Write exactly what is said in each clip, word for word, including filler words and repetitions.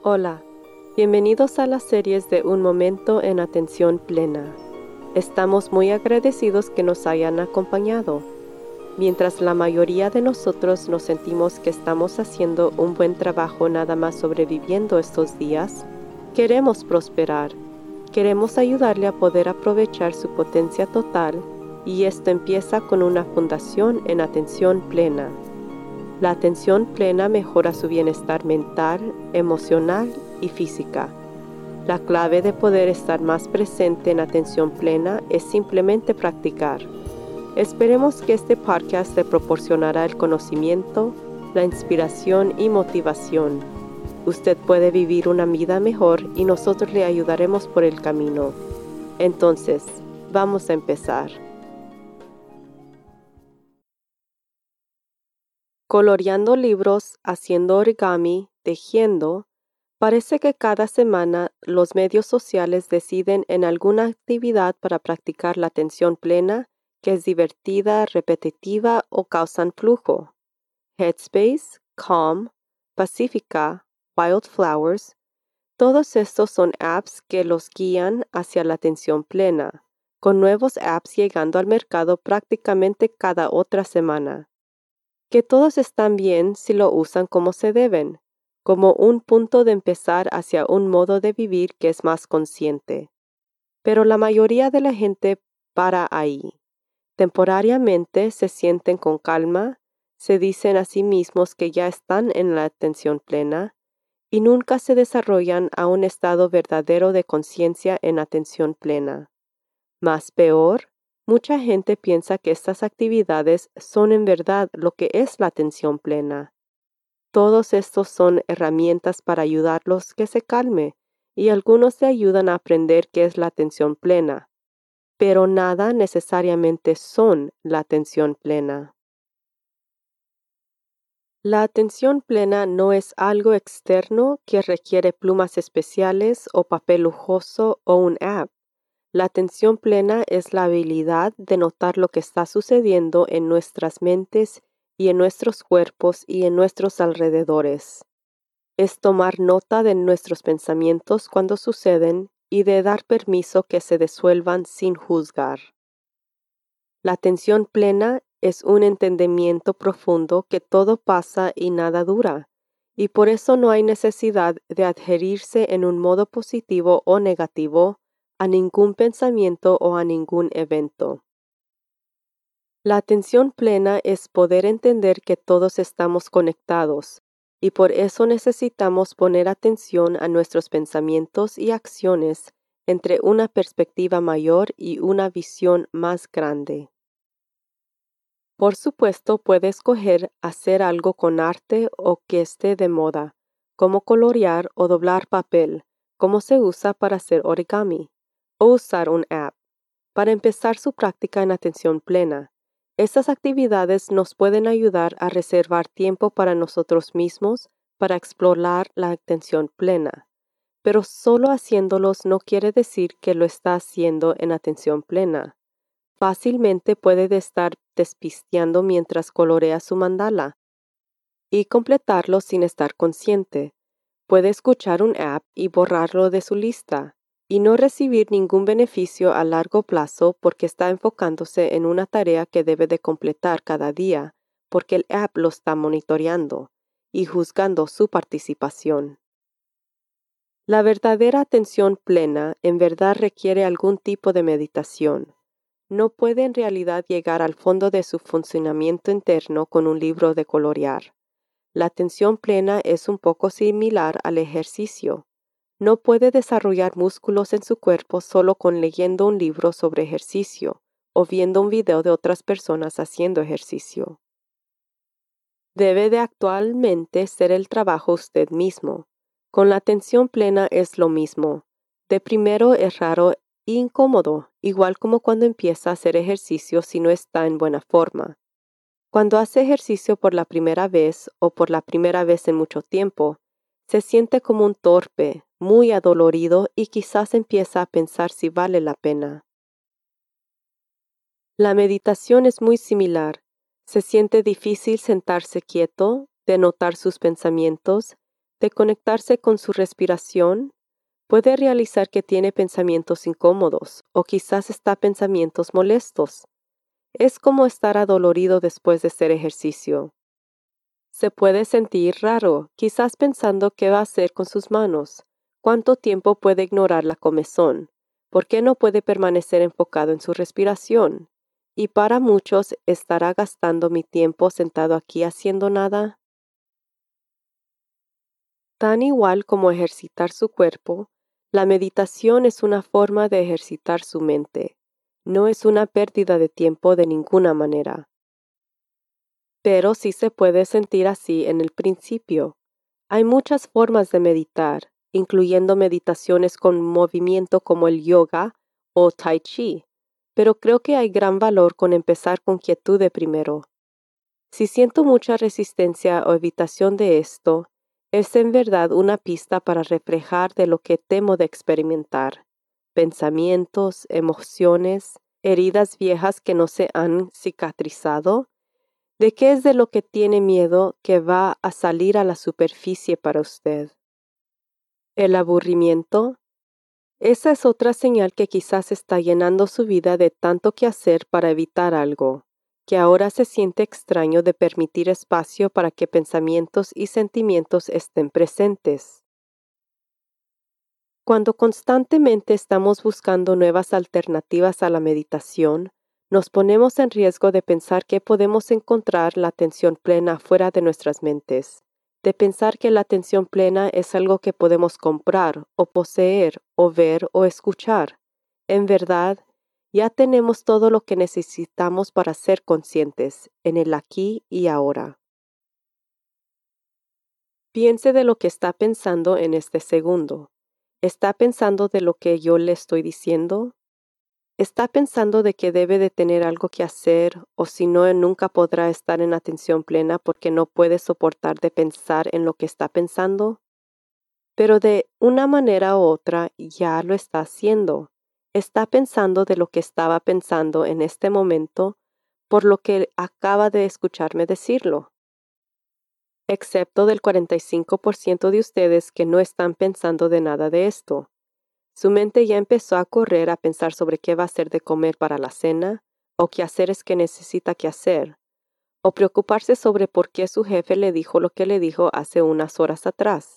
Hola, bienvenidos a las series de Un Momento en Atención Plena. Estamos muy agradecidos que nos hayan acompañado. Mientras la mayoría de nosotros nos sentimos que estamos haciendo un buen trabajo nada más sobreviviendo estos días, queremos prosperar. Queremos ayudarle a poder aprovechar su potencia total, y esto empieza con una fundación en atención plena. La atención plena mejora su bienestar mental, emocional y física. La clave de poder estar más presente en atención plena es simplemente practicar. Esperemos que este podcast le proporcionará el conocimiento, la inspiración y motivación. Usted puede vivir una vida mejor y nosotros le ayudaremos por el camino. Entonces, vamos a empezar. Coloreando libros, haciendo origami, tejiendo, parece que cada semana los medios sociales deciden en alguna actividad para practicar la atención plena que es divertida, repetitiva o causan flujo. Headspace, Calm, Pacifica, Wildflowers, todos estos son apps que los guían hacia la atención plena, con nuevos apps llegando al mercado prácticamente cada otra semana. Que todos están bien si lo usan como se deben, como un punto de empezar hacia un modo de vivir que es más consciente. Pero la mayoría de la gente para ahí. Temporariamente se sienten con calma, se dicen a sí mismos que ya están en la atención plena y nunca se desarrollan a un estado verdadero de conciencia en atención plena. Más peor, mucha gente piensa que estas actividades son en verdad lo que es la atención plena. Todos estos son herramientas para ayudarlos que se calme, y algunos le ayudan a aprender qué es la atención plena, pero nada necesariamente son la atención plena. La atención plena no es algo externo que requiere plumas especiales o papel lujoso o un app. La atención plena es la habilidad de notar lo que está sucediendo en nuestras mentes y en nuestros cuerpos y en nuestros alrededores. Es tomar nota de nuestros pensamientos cuando suceden y de dar permiso que se disuelvan sin juzgar. La atención plena es un entendimiento profundo que todo pasa y nada dura, y por eso no hay necesidad de adherirse en un modo positivo o negativo a ningún pensamiento o a ningún evento. La atención plena es poder entender que todos estamos conectados, y por eso necesitamos poner atención a nuestros pensamientos y acciones entre una perspectiva mayor y una visión más grande. Por supuesto, puede escoger hacer algo con arte o que esté de moda, como colorear o doblar papel, como se usa para hacer origami, o usar un app. Para empezar su práctica en atención plena, estas actividades nos pueden ayudar a reservar tiempo para nosotros mismos para explorar la atención plena, pero solo haciéndolos no quiere decir que lo está haciendo en atención plena. Fácilmente puede estar despisteando mientras colorea su mandala y completarlo sin estar consciente. Puede escuchar un app y borrarlo de su lista y no recibir ningún beneficio a largo plazo porque está enfocándose en una tarea que debe de completar cada día porque el app lo está monitoreando y juzgando su participación. La verdadera atención plena en verdad requiere algún tipo de meditación. No puede en realidad llegar al fondo de su funcionamiento interno con un libro de colorear. La atención plena es un poco similar al ejercicio. No puede desarrollar músculos en su cuerpo solo con leyendo un libro sobre ejercicio o viendo un video de otras personas haciendo ejercicio. Debe de actualmente ser el trabajo usted mismo. Con la atención plena es lo mismo. De primero es raro e incómodo, igual como cuando empieza a hacer ejercicio si no está en buena forma. Cuando hace ejercicio por la primera vez o por la primera vez en mucho tiempo, se siente como un torpe, muy adolorido y quizás empieza a pensar si vale la pena. La meditación es muy similar. Se siente difícil sentarse quieto, de notar sus pensamientos, de conectarse con su respiración, puede realizar que tiene pensamientos incómodos o quizás está pensamientos molestos. Es como estar adolorido después de hacer ejercicio. Se puede sentir raro, quizás pensando qué va a hacer con sus manos, cuánto tiempo puede ignorar la comezón, por qué no puede permanecer enfocado en su respiración. Y para muchos, ¿estará gastando mi tiempo sentado aquí haciendo nada? Tan igual como ejercitar su cuerpo, la meditación es una forma de ejercitar su mente. No es una pérdida de tiempo de ninguna manera. Pero sí se puede sentir así en el principio. Hay muchas formas de meditar, incluyendo meditaciones con movimiento como el yoga o tai chi, pero creo que hay gran valor con empezar con quietud de primero. Si siento mucha resistencia o evitación de esto, es en verdad una pista para reflejar de lo que temo de experimentar, pensamientos, emociones, heridas viejas que no se han cicatrizado. ¿De qué es de lo que tiene miedo que va a salir a la superficie para usted? ¿El aburrimiento? Esa es otra señal que quizás está llenando su vida de tanto que hacer para evitar algo, que ahora se siente extraño de permitir espacio para que pensamientos y sentimientos estén presentes. Cuando constantemente estamos buscando nuevas alternativas a la meditación, nos ponemos en riesgo de pensar que podemos encontrar la atención plena fuera de nuestras mentes, de pensar que la atención plena es algo que podemos comprar o poseer o ver o escuchar. En verdad, ya tenemos todo lo que necesitamos para ser conscientes en el aquí y ahora. Piense de lo que está pensando en este segundo. ¿Está pensando de lo que yo le estoy diciendo? ¿Está pensando de que debe de tener algo que hacer o si no nunca podrá estar en atención plena porque no puede soportar de pensar en lo que está pensando? Pero de una manera u otra ya lo está haciendo. Está pensando de lo que estaba pensando en este momento por lo que acaba de escucharme decirlo. Excepto del cuarenta y cinco por ciento de ustedes que no están pensando de nada de esto. Su mente ya empezó a correr a pensar sobre qué va a hacer de comer para la cena, o qué hacer es que necesita que hacer, o preocuparse sobre por qué su jefe le dijo lo que le dijo hace unas horas atrás.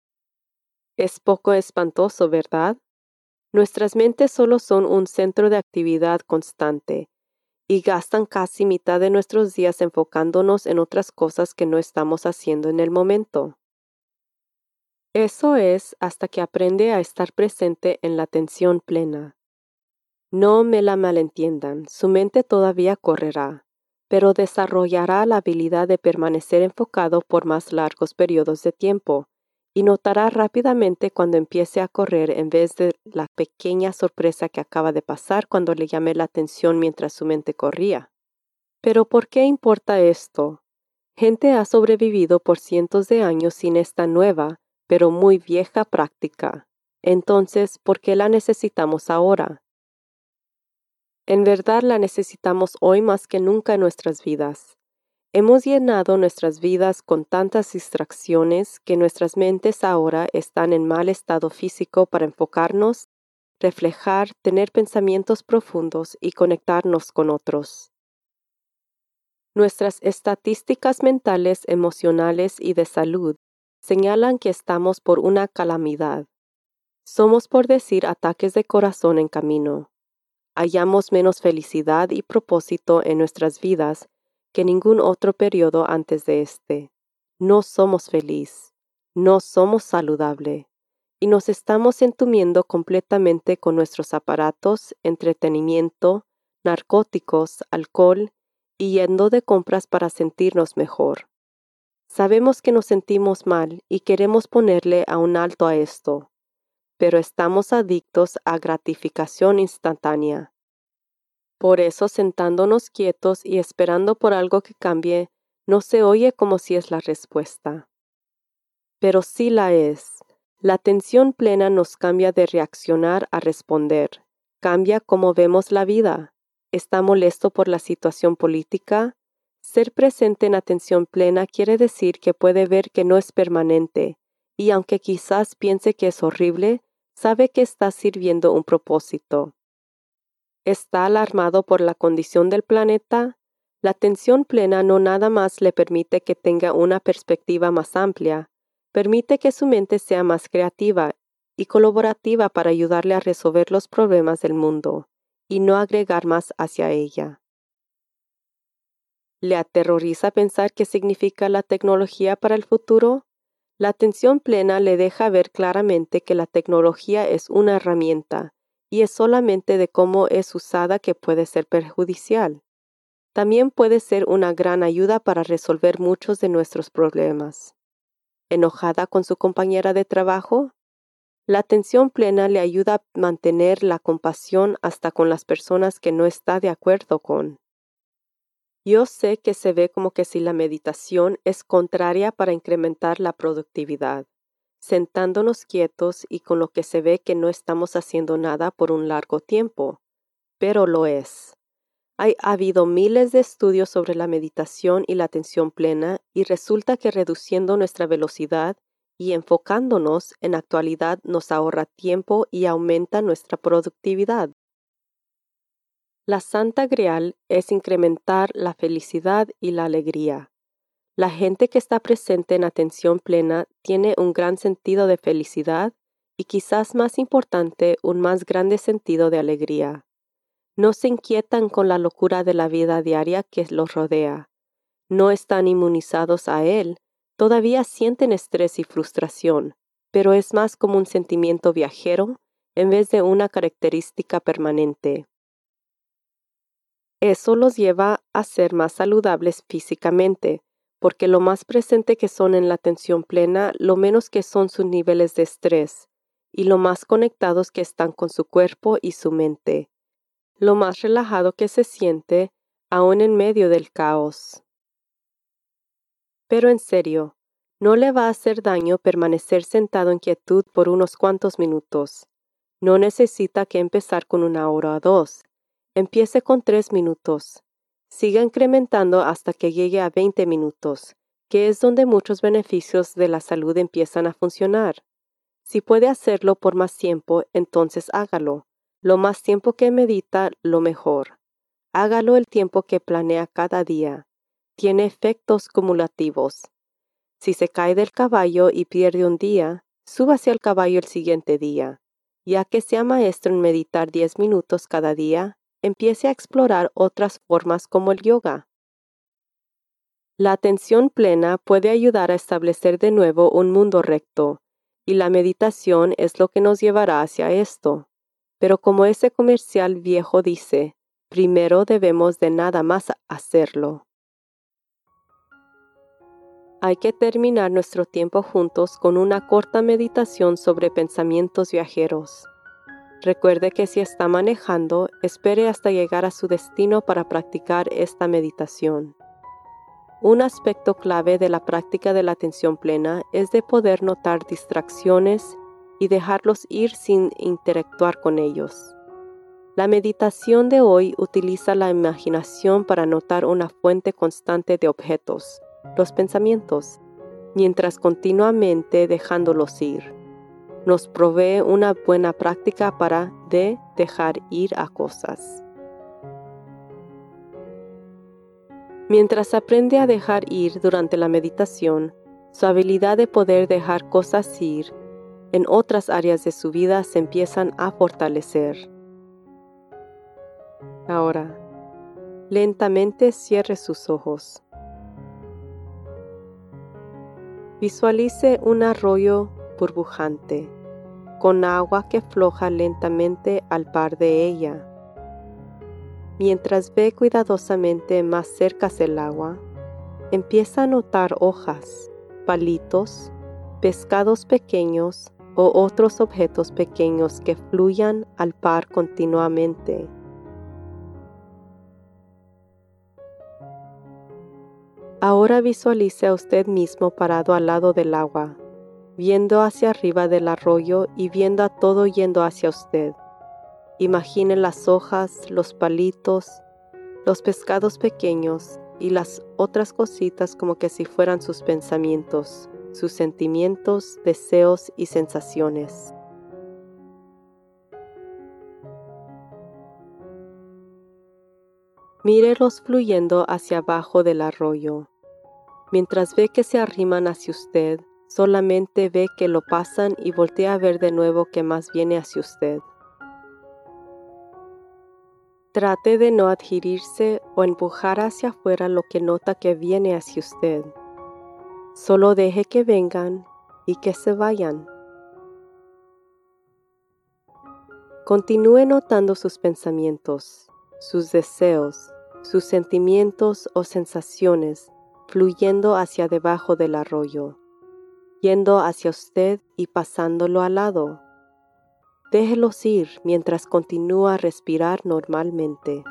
Es poco espantoso, ¿verdad? Nuestras mentes solo son un centro de actividad constante, y gastan casi mitad de nuestros días enfocándonos en otras cosas que no estamos haciendo en el momento. Eso es hasta que aprende a estar presente en la atención plena. No me la malentiendan, su mente todavía correrá, pero desarrollará la habilidad de permanecer enfocado por más largos periodos de tiempo, y notará rápidamente cuando empiece a correr en vez de la pequeña sorpresa que acaba de pasar cuando le llamé la atención mientras su mente corría. Pero ¿por qué importa esto? Gente ha sobrevivido por cientos de años sin esta nueva, pero muy vieja práctica. Entonces, ¿por qué la necesitamos ahora? En verdad la necesitamos hoy más que nunca en nuestras vidas. Hemos llenado nuestras vidas con tantas distracciones que nuestras mentes ahora están en mal estado físico para enfocarnos, reflejar, tener pensamientos profundos y conectarnos con otros. Nuestras estadísticas mentales, emocionales y de salud señalan que estamos por una calamidad. Somos, por decir, ataques de corazón en camino. Hallamos menos felicidad y propósito en nuestras vidas que ningún otro periodo antes de este. No somos feliz, no somos saludable, y nos estamos entumiendo completamente con nuestros aparatos, entretenimiento, narcóticos, alcohol, y yendo de compras para sentirnos mejor. Sabemos que nos sentimos mal y queremos ponerle a un alto a esto, pero estamos adictos a gratificación instantánea. Por eso, sentándonos quietos y esperando por algo que cambie, no se oye como si es la respuesta. Pero sí la es. La atención plena nos cambia de reaccionar a responder. Cambia cómo vemos la vida. ¿Está molesto por la situación política? Ser presente en atención plena quiere decir que puede ver que no es permanente y aunque quizás piense que es horrible, sabe que está sirviendo un propósito. ¿Está alarmado por la condición del planeta? La atención plena no nada más le permite que tenga una perspectiva más amplia, permite que su mente sea más creativa y colaborativa para ayudarle a resolver los problemas del mundo y no agregar más hacia ella. ¿Le aterroriza pensar qué significa la tecnología para el futuro? La atención plena le deja ver claramente que la tecnología es una herramienta y es solamente de cómo es usada que puede ser perjudicial. También puede ser una gran ayuda para resolver muchos de nuestros problemas. ¿Enojada con su compañera de trabajo? La atención plena le ayuda a mantener la compasión hasta con las personas que no está de acuerdo con. Yo sé que se ve como que si la meditación es contraria para incrementar la productividad, sentándonos quietos y con lo que se ve que no estamos haciendo nada por un largo tiempo, pero lo es. Hay ha habido miles de estudios sobre la meditación y la atención plena y resulta que reduciendo nuestra velocidad y enfocándonos en actualidad nos ahorra tiempo y aumenta nuestra productividad. La Santa Grial es incrementar la felicidad y la alegría. La gente que está presente en atención plena tiene un gran sentido de felicidad y quizás más importante, un más grande sentido de alegría. No se inquietan con la locura de la vida diaria que los rodea. No están inmunizados a él, todavía sienten estrés y frustración, pero es más como un sentimiento viajero en vez de una característica permanente. Eso los lleva a ser más saludables físicamente, porque lo más presente que son en la atención plena, lo menos que son sus niveles de estrés, y lo más conectados que están con su cuerpo y su mente, lo más relajado que se siente, aún en medio del caos. Pero en serio, no le va a hacer daño permanecer sentado en quietud por unos cuantos minutos. No necesita que empezar con una hora o dos. Empiece con tres minutos. Siga incrementando hasta que llegue a veinte minutos, que es donde muchos beneficios de la salud empiezan a funcionar. Si puede hacerlo por más tiempo, entonces hágalo. Lo más tiempo que medita, lo mejor. Hágalo el tiempo que planea cada día. Tiene efectos cumulativos. Si se cae del caballo y pierde un día, súbase al caballo el siguiente día. Ya que sea maestro en meditar diez minutos cada día, empiece a explorar otras formas como el yoga. La atención plena puede ayudar a establecer de nuevo un mundo recto, y la meditación es lo que nos llevará hacia esto. Pero como ese comercial viejo dice, primero debemos de nada más hacerlo. Hay que terminar nuestro tiempo juntos con una corta meditación sobre pensamientos viajeros. Recuerde que si está manejando, espere hasta llegar a su destino para practicar esta meditación. Un aspecto clave de la práctica de la atención plena es de poder notar distracciones y dejarlos ir sin interactuar con ellos. La meditación de hoy utiliza la imaginación para notar una fuente constante de objetos, los pensamientos, mientras continuamente dejándolos ir. Nos provee una buena práctica para de dejar ir a cosas. Mientras aprende a dejar ir durante la meditación, su habilidad de poder dejar cosas ir en otras áreas de su vida se empiezan a fortalecer. Ahora, lentamente cierre sus ojos. Visualice un arroyo burbujante, con agua que floja lentamente al par de ella. Mientras ve cuidadosamente más cerca el agua, empieza a notar hojas, palitos, pescados pequeños o otros objetos pequeños que fluyan al par continuamente. Ahora visualice a usted mismo parado al lado del agua, viendo hacia arriba del arroyo y viendo a todo yendo hacia usted. Imagine las hojas, los palitos, los pescados pequeños y las otras cositas como que si fueran sus pensamientos, sus sentimientos, deseos y sensaciones. Mírelos fluyendo hacia abajo del arroyo. Mientras ve que se arriman hacia usted, solamente ve que lo pasan y voltea a ver de nuevo que más viene hacia usted. Trate de no adherirse o empujar hacia afuera lo que nota que viene hacia usted. Solo deje que vengan y que se vayan. Continúe notando sus pensamientos, sus deseos, sus sentimientos o sensaciones fluyendo hacia debajo del arroyo, yendo hacia usted y pasándolo al lado. Déjelos ir mientras continúa a respirar normalmente.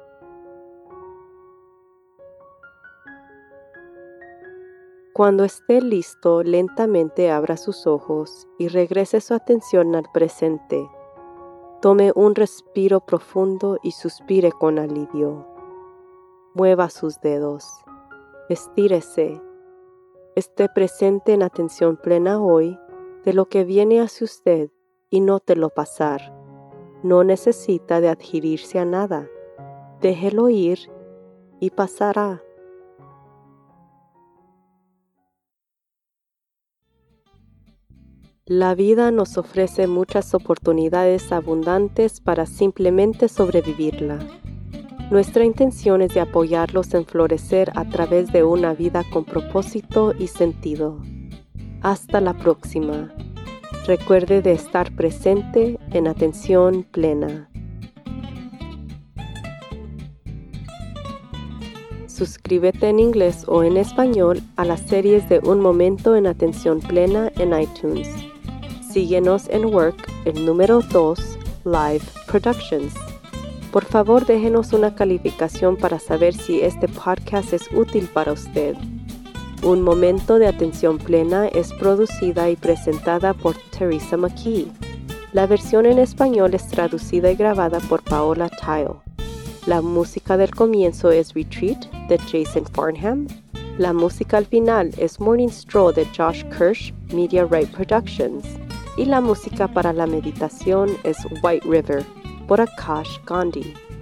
Cuando esté listo, lentamente abra sus ojos y regrese su atención al presente. Tome un respiro profundo y suspire con alivio. Mueva sus dedos. Estírese. Esté presente en atención plena hoy de lo que viene hacia usted y nótelo pasar. No necesita de adherirse a nada. Déjelo ir y pasará. La vida nos ofrece muchas oportunidades abundantes para simplemente sobrevivirla. Nuestra intención es de apoyarlos en florecer a través de una vida con propósito y sentido. Hasta la próxima. Recuerde de estar presente en atención plena. Suscríbete en inglés o en español a las series de Un Momento en Atención Plena en iTunes. Síguenos en Work, el número dos, Live Productions. Por favor, déjenos una calificación para saber si este podcast es útil para usted. Un Momento de Atención Plena es producida y presentada por Teresa McKee. La versión en español es traducida y grabada por Paola Tile. La música del comienzo es Retreat de Jason Farnham. La música al final es Morning Stroll de Josh Kirsch, Media Right Productions. Y la música para la meditación es White River por Akash Gandhi.